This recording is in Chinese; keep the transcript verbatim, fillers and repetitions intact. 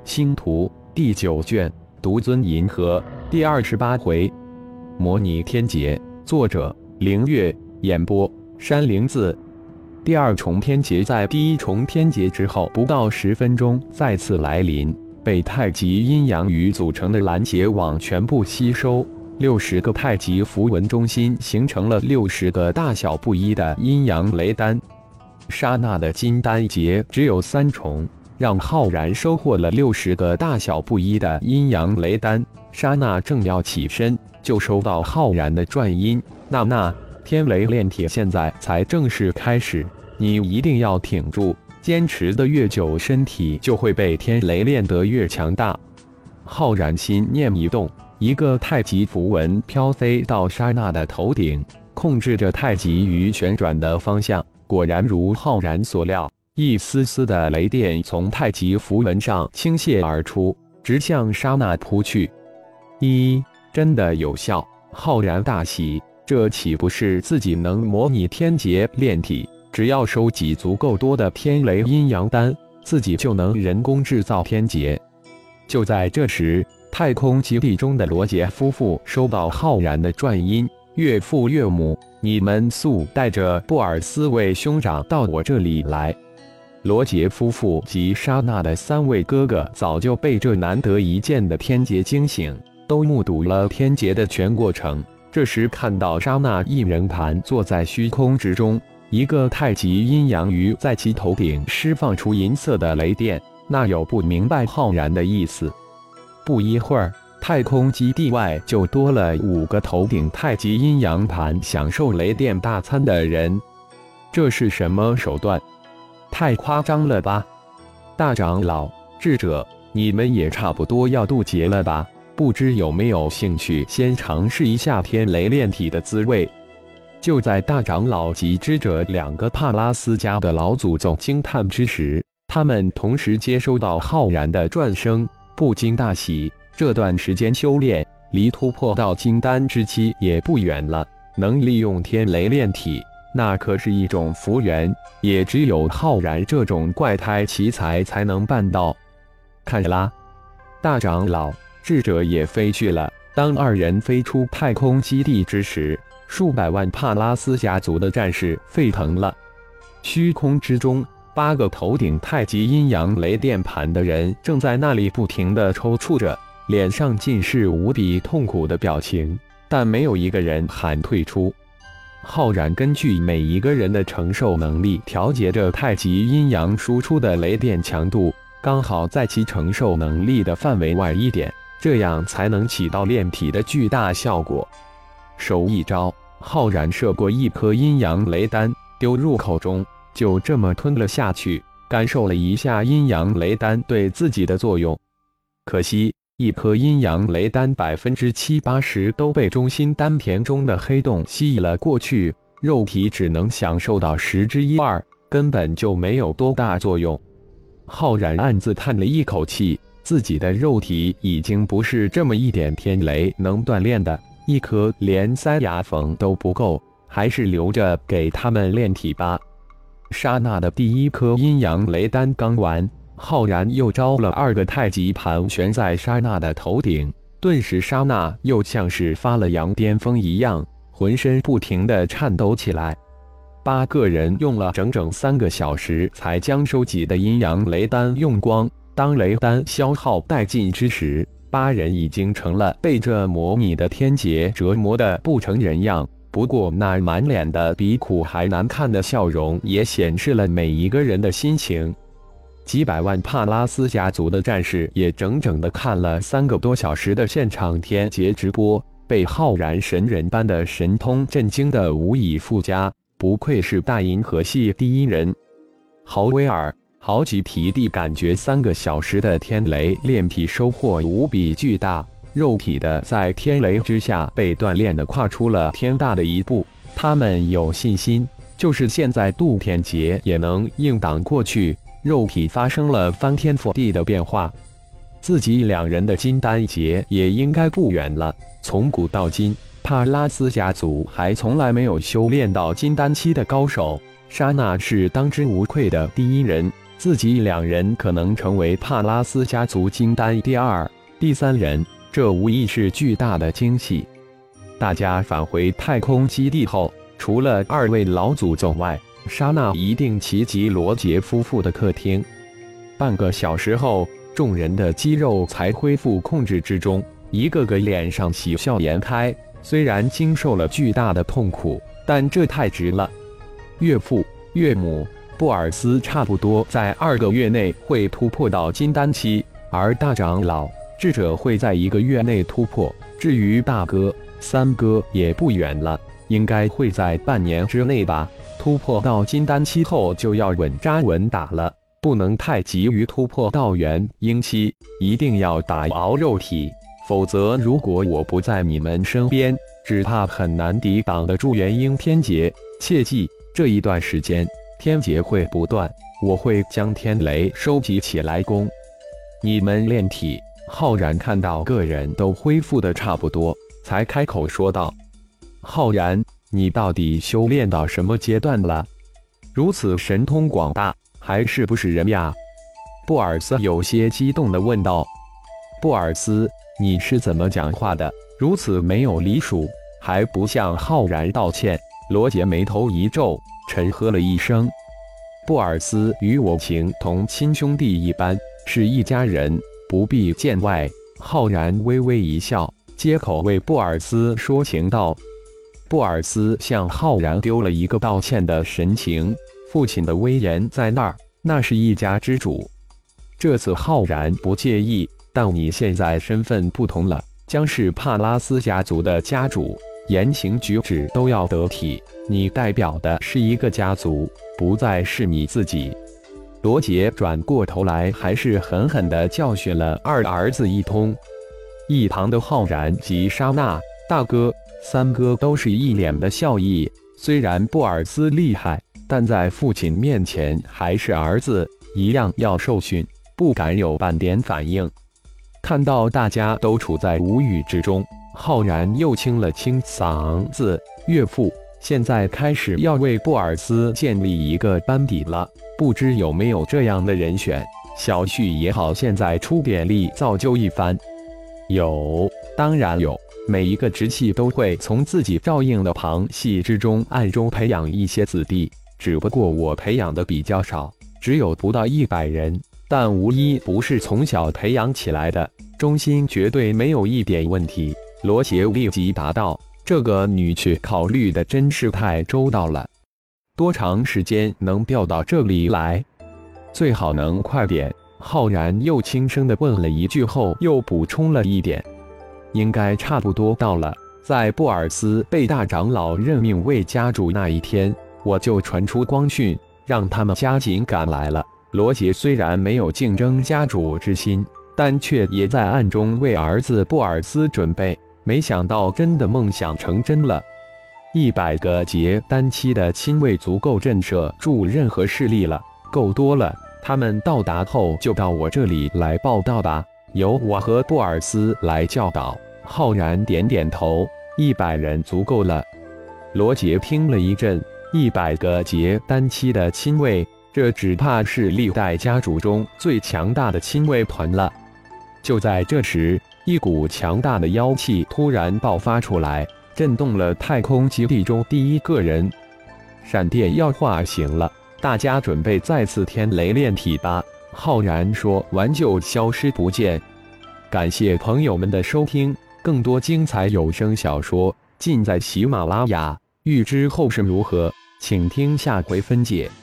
星图第九卷，独尊银河第二十八回，模拟天劫。作者：凌月，演播：山灵子。第二重天劫在第一重天劫之后不到十分钟再次来临，被太极阴阳鱼组成的拦截网全部吸收。六十个太极符文中心形成了六十个大小不一的阴阳雷丹。刹那的金丹劫只有三重，让浩然收获了六十个大小不一的阴阳雷丹。刹那正要起身，就收到浩然的转音：娜娜，天雷炼铁现在才正式开始，你一定要挺住，坚持的越久，身体就会被天雷炼得越强大。浩然心念一动，一个太极符文飘飞到刹那的头顶，控制着太极鱼旋转的方向。果然如浩然所料，一丝丝的雷电从太极符文上倾泻而出，直向刹那扑去。一，真的有效！浩然大喜，这岂不是自己能模拟天劫炼体？只要收集足够多的天雷阴阳丹，自己就能人工制造天劫。就在这时，太空基地中的罗杰夫妇收到浩然的转音：岳父岳母，你们速带着布尔斯卫兄长到我这里来。罗杰夫妇及刹那的三位哥哥早就被这难得一见的天劫惊醒，都目睹了天劫的全过程。这时看到刹那一人盘坐在虚空之中，一个太极阴阳鱼在其头顶释放出银色的雷电，那有不明白浩然的意思。不一会儿，太空基地外就多了五个头顶太极阴阳盘享受雷电大餐的人。这是什么手段？太夸张了吧！大长老、智者，你们也差不多要渡劫了吧？不知有没有兴趣先尝试一下天雷炼体的滋味？就在大长老及智者两个帕拉斯家的老祖宗惊叹之时，他们同时接收到浩然的转声，不禁大喜。这段时间修炼，离突破到金丹之期也不远了。能利用天雷炼体，那可是一种福缘，也只有浩然这种怪胎奇才才能办到。看啦，大长老、智者也飞去了。当二人飞出太空基地之时，数百万帕拉斯家族的战士沸腾了。虚空之中，八个头顶太极阴阳雷电盘的人正在那里不停地抽搐着，脸上尽是无比痛苦的表情，但没有一个人喊退出。浩然根据每一个人的承受能力调节着太极阴阳输出的雷电强度，刚好在其承受能力的范围外一点，这样才能起到炼体的巨大效果。手一招，浩然射过一颗阴阳雷丹，丢入口中，就这么吞了下去，感受了一下阴阳雷丹对自己的作用。可惜一颗阴阳雷丹百分之七八十都被中心丹田中的黑洞吸了过去，肉体只能享受到十之一二，根本就没有多大作用。浩然暗自叹了一口气，自己的肉体已经不是这么一点天雷能锻炼的，一颗连塞牙缝都不够，还是留着给他们炼体吧。刹那的第一颗阴阳雷丹刚完，浩然又招了二个太极盘悬在刹那的头顶，顿时刹那又像是发了羊癫疯一样，浑身不停地颤抖起来。八个人用了整整三个小时才将收集的阴阳雷丹用光。当雷丹消耗殆尽之时，八人已经成了被这模拟的天劫折磨得不成人样。不过那满脸的比苦还难看的笑容也显示了每一个人的心情。几百万帕拉斯家族的战士也整整的看了三个多小时的现场天劫直播，被浩然神人般的神通震惊的无以复加，不愧是大银河系第一人。豪威尔、豪吉提地感觉三个小时的天雷炼体收获无比巨大，肉体的在天雷之下被锻炼的跨出了天大的一步。他们有信心，就是现在渡天劫也能硬挡过去。肉体发生了翻天覆地的变化，自己两人的金丹劫也应该不远了。从古到今，帕拉斯家族还从来没有修炼到金丹期的高手，刹那是当之无愧的第一人。 自己两人可能成为帕拉斯家族金丹第二、第三人，这无疑是巨大的惊喜。大家返回太空基地后，除了二位老祖宗外，莎娜一定齐集罗杰夫妇的客厅。半个小时后，众人的肌肉才恢复控制之中，一个个脸上喜笑颜开。虽然经受了巨大的痛苦，但这太值了。岳父、岳母、布尔斯差不多在二个月内会突破到金丹期，而大长老、智者会在一个月内突破。至于大哥、三哥也不远了，应该会在半年之内吧。突破到金丹期后就要稳扎稳打了，不能太急于突破到元婴期，一定要打熬肉体，否则如果我不在你们身边，只怕很难抵挡得住元婴天劫。切记，这一段时间天劫会不断，我会将天雷收集起来攻你们炼体。浩然看到个人都恢复得差不多，才开口说道：浩然，你到底修炼到什么阶段了？如此神通广大，还是不是人呀？布尔斯有些激动地问道。布尔斯，你是怎么讲话的？如此没有礼数，还不向浩然道歉？罗杰眉头一皱，沉喝了一声。布尔斯与我情同亲兄弟一般，是一家人，不必见外。浩然微微一笑，接口为布尔斯说情道。布尔斯向浩然丢了一个道歉的神情，父亲的威严在那儿，那是一家之主。这次浩然不介意，但你现在身份不同了，将是帕拉斯家族的家主，言行举止都要得体，你代表的是一个家族，不再是你自己。罗杰转过头来，还是狠狠地教训了二儿子一通。一旁的浩然及莎娜、大哥、三哥都是一脸的笑意。虽然布尔斯厉害，但在父亲面前还是儿子，一样要受训，不敢有半点反应。看到大家都处在无语之中，浩然又清了清嗓子：岳父，现在开始要为布尔斯建立一个班底了，不知有没有这样的人选？小旭也好，现在出点力造就一番。有，当然有。每一个直系都会从自己照应的旁系之中暗中培养一些子弟，只不过我培养的比较少，只有不到一百人，但无一不是从小培养起来的，中心绝对没有一点问题。罗杰立即答道：这个女婿考虑的真是太周到了。多长时间能调到这里来？最好能快点。浩然又轻声地问了一句后，又补充了一点：应该差不多到了。在布尔斯被大长老任命为家主那一天，我就传出光讯，让他们加紧赶来了。罗杰虽然没有竞争家主之心，但却也在暗中为儿子布尔斯准备。没想到真的梦想成真了。一百个结丹期的亲卫足够震慑住任何势力了，够多了。他们到达后就到我这里来报道吧，由我和布尔斯来教导。浩然点点头，一百人足够了。罗杰听了一阵，一百个结丹期的亲卫，这只怕是历代家主中最强大的亲卫团了。就在这时，一股强大的妖气突然爆发出来，震动了太空基地中第一个人。闪电要化形了，大家准备再次天雷炼体吧。浩然说完就消失不见。感谢朋友们的收听，更多精彩有声小说尽在喜马拉雅。欲知后事如何，请听下回分解。